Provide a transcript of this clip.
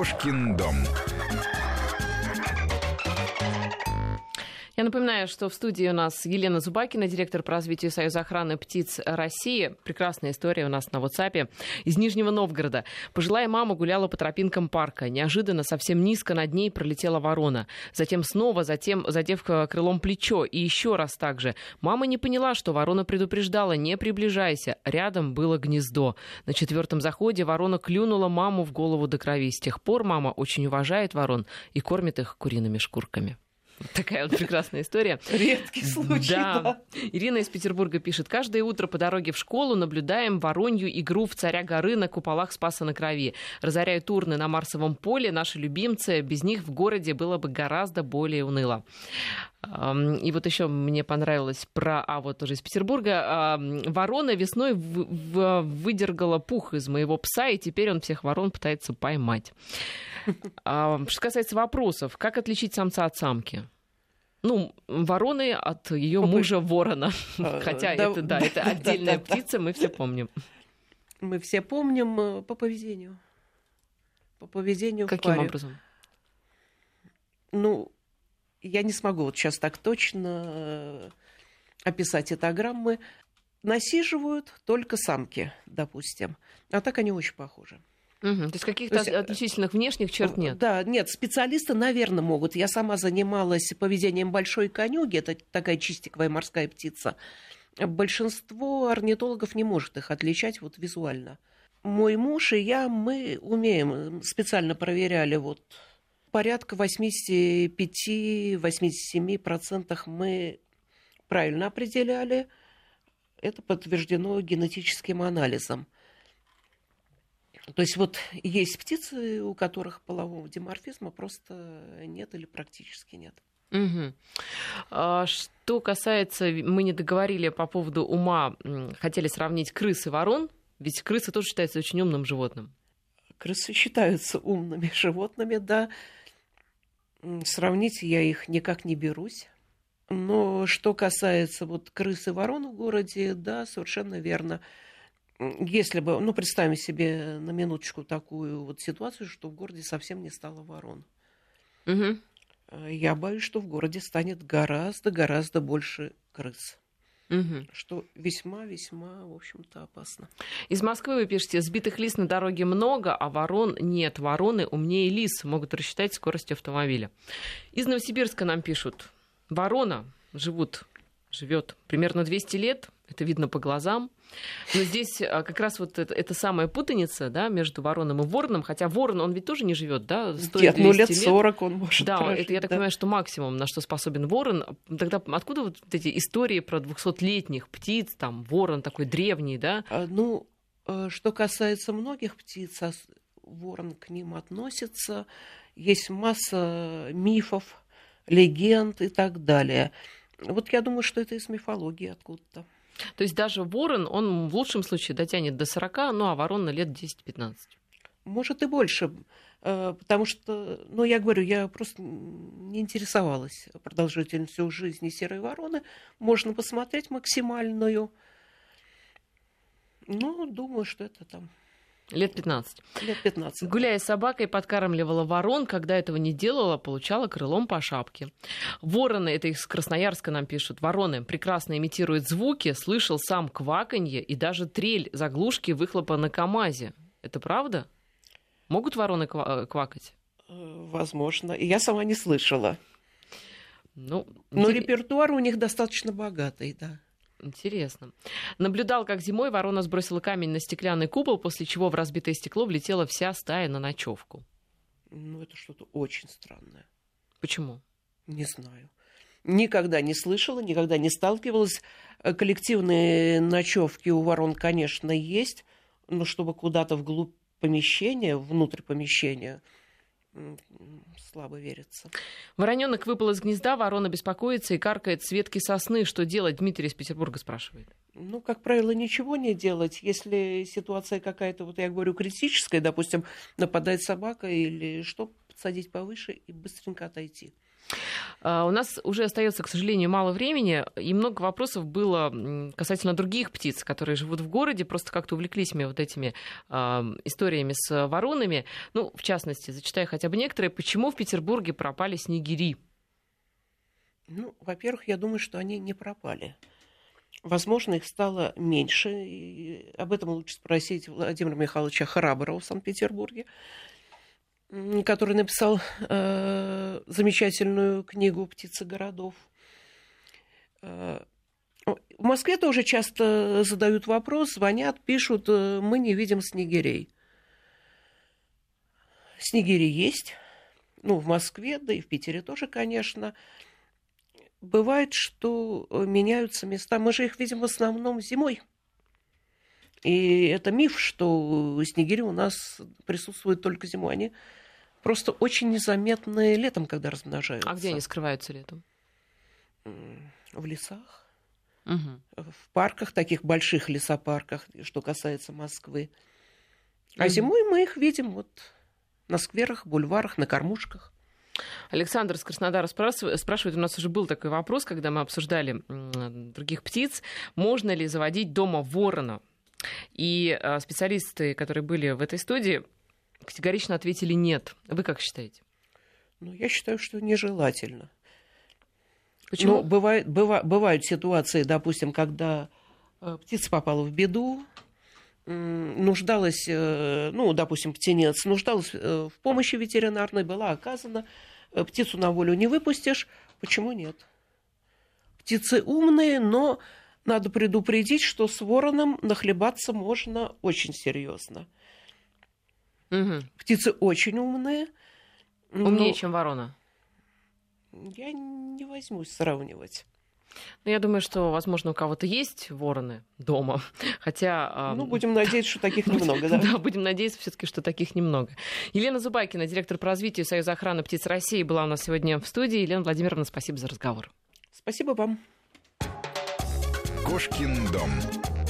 Кошкин дом. Я напоминаю, что в студии у нас Елена Зубакина, директор по развитию Союза охраны птиц России. Прекрасная история у нас на WhatsApp. Из Нижнего Новгорода. Пожилая мама гуляла по тропинкам парка. Неожиданно совсем низко над ней пролетела ворона. Затем снова, задев крылом плечо. И еще раз так же. Мама не поняла, что ворона предупреждала: не приближайся. Рядом было гнездо. На 4-м заходе ворона клюнула маму в голову до крови. С тех пор мама очень уважает ворон и кормит их куриными шкурками. Такая вот прекрасная история. Редкий случай, да. Ирина из Петербурга пишет: каждое утро по дороге в школу наблюдаем воронью игру в царя горы на куполах Спаса на Крови. Разоряют урны на Марсовом поле, наши любимцы. Без них в городе было бы гораздо более уныло. И вот еще мне понравилось вот тоже из Петербурга. Ворона весной выдергала пух из моего пса, и теперь он всех ворон пытается поймать. Что касается вопросов, как отличить самца от самки? Вороны от ее мужа ворона. Хотя это отдельная птица, мы все помним. Мы все помним по поведению. По поведению в паре. Каким образом? Я не смогу вот сейчас так точно описать этаграммы. Насиживают только самки, допустим. А так они очень похожи. То есть каких-то отличительных внешних черт нет? Да, нет, специалисты, наверное, могут. Я сама занималась поведением большой конюги, это такая чистиковая морская птица. Большинство орнитологов не может их отличать вот визуально. Мой муж и я, мы умеем, специально проверяли, порядка 85-87% мы правильно определяли. Это подтверждено генетическим анализом. То есть есть птицы, у которых полового диморфизма просто нет или практически нет. Угу. Что касается, мы не договорили по поводу ума, хотели сравнить крыс и ворон, ведь крысы тоже считаются очень умным животным. Крысы считаются умными животными, да. Сравнить я их никак не берусь. Но что касается крыс и ворон в городе, да, совершенно верно. Если бы, представим себе на минуточку такую ситуацию, что в городе совсем не стало ворон. Угу. Я боюсь, что в городе станет гораздо больше крыс. Угу. Что весьма, в общем-то, опасно. Из Москвы вы пишете: сбитых лис на дороге много, а ворон нет. Вороны умнее лис, могут рассчитать скорость автомобиля. Из Новосибирска нам пишут: ворона живет примерно 200 лет, это видно по глазам. Но здесь как раз эта самая путаница, да, между вороном и вороном, хотя ворон, он ведь тоже не живет, да, стоит 200 лет 40 он может прожить. Это, я так понимаю, что максимум, на что способен ворон. Тогда откуда эти истории про 200-летних птиц, там, ворон такой древний, да? Что касается многих птиц, ворон к ним относится, есть масса мифов, легенд и так далее. Я думаю, что это из мифологии откуда-то. То есть даже ворон, он в лучшем случае дотянет до 40, а ворона лет 10-15. Может и больше, потому что, я говорю, я просто не интересовалась продолжительностью жизни серой вороны. Можно посмотреть максимальную. Думаю, что это там... Лет 15. Лет 15. Гуляя с собакой, подкармливала ворон. Когда этого не делала, получала крылом по шапке. Вороны, это из Красноярска нам пишут, вороны прекрасно имитируют звуки. Слышал сам кваканье и даже трель заглушки выхлопа на КамАЗе. Это правда? Могут вороны квакать? Возможно. И я сама не слышала. Но репертуар у них достаточно богатый, да. Интересно. Наблюдал, как зимой ворона сбросила камень на стеклянный купол, после чего в разбитое стекло влетела вся стая на ночевку. Это что-то очень странное. Почему? Не знаю. Никогда не слышала, никогда не сталкивалась. Коллективные ночевки у ворон, конечно, есть, но чтобы куда-то вглубь помещения, внутрь помещения, слабо верится. Вороненок выпал из гнезда, ворона беспокоится и каркает с ветки сосны. Что делать? Дмитрий из Петербурга спрашивает. Как правило, ничего не делать. Если ситуация какая-то, я говорю, критическая, допустим, нападает собака или что, подсадить повыше и быстренько отойти. У нас уже остается, к сожалению, мало времени, и много вопросов было касательно других птиц, которые живут в городе. Просто как-то увлеклись мы вот этими историями с воронами. Ну, в частности, зачитаю хотя бы некоторые. Почему в Петербурге пропали снегири? Ну, во-первых, я думаю, что они не пропали. Возможно, их стало меньше. И об этом лучше спросить Владимира Михайловича Храброва в Санкт-Петербурге, который написал замечательную книгу «Птицы городов». В Москве тоже часто задают вопрос, звонят, пишут: мы не видим снегирей. Снегири есть, ну, в Москве, да и в Питере тоже, конечно. Бывает, что меняются места. Мы же их видим в основном зимой. И это миф, что снегири у нас присутствуют только зимой. Они просто очень незаметны летом, когда размножаются. А где они скрываются летом? В лесах, Угу. в парках, таких больших лесопарках, что касается Москвы. А зимой мы их видим вот на скверах, бульварах, на кормушках. Александр из Краснодара спрашивает, у нас уже был такой вопрос, когда мы обсуждали других птиц, можно ли заводить дома ворона? И специалисты, которые были в этой студии, категорично ответили нет. Вы как считаете? Ну, я считаю, что нежелательно. Почему? Но бывают ситуации, допустим, когда птица попала в беду, нуждалась, ну, допустим, птенец, нуждалась в помощи ветеринарной, была оказана, птицу на волю не выпустишь. Почему нет? Птицы умные, но надо предупредить, что с вороном нахлебаться можно очень серьезно. Угу. Птицы очень умные. Умнее, чем ворона? Я не возьмусь сравнивать. Ну, я думаю, что, возможно, у кого-то есть вороны дома, хотя... Ну, будем надеяться, что таких немного, да? Да, будем надеяться все-таки, что таких немного. Елена Зубайкина, директор по развитию Союза охраны птиц России, была у нас сегодня в студии. Елена Владимировна, спасибо за разговор. Спасибо вам. Кошкин дом.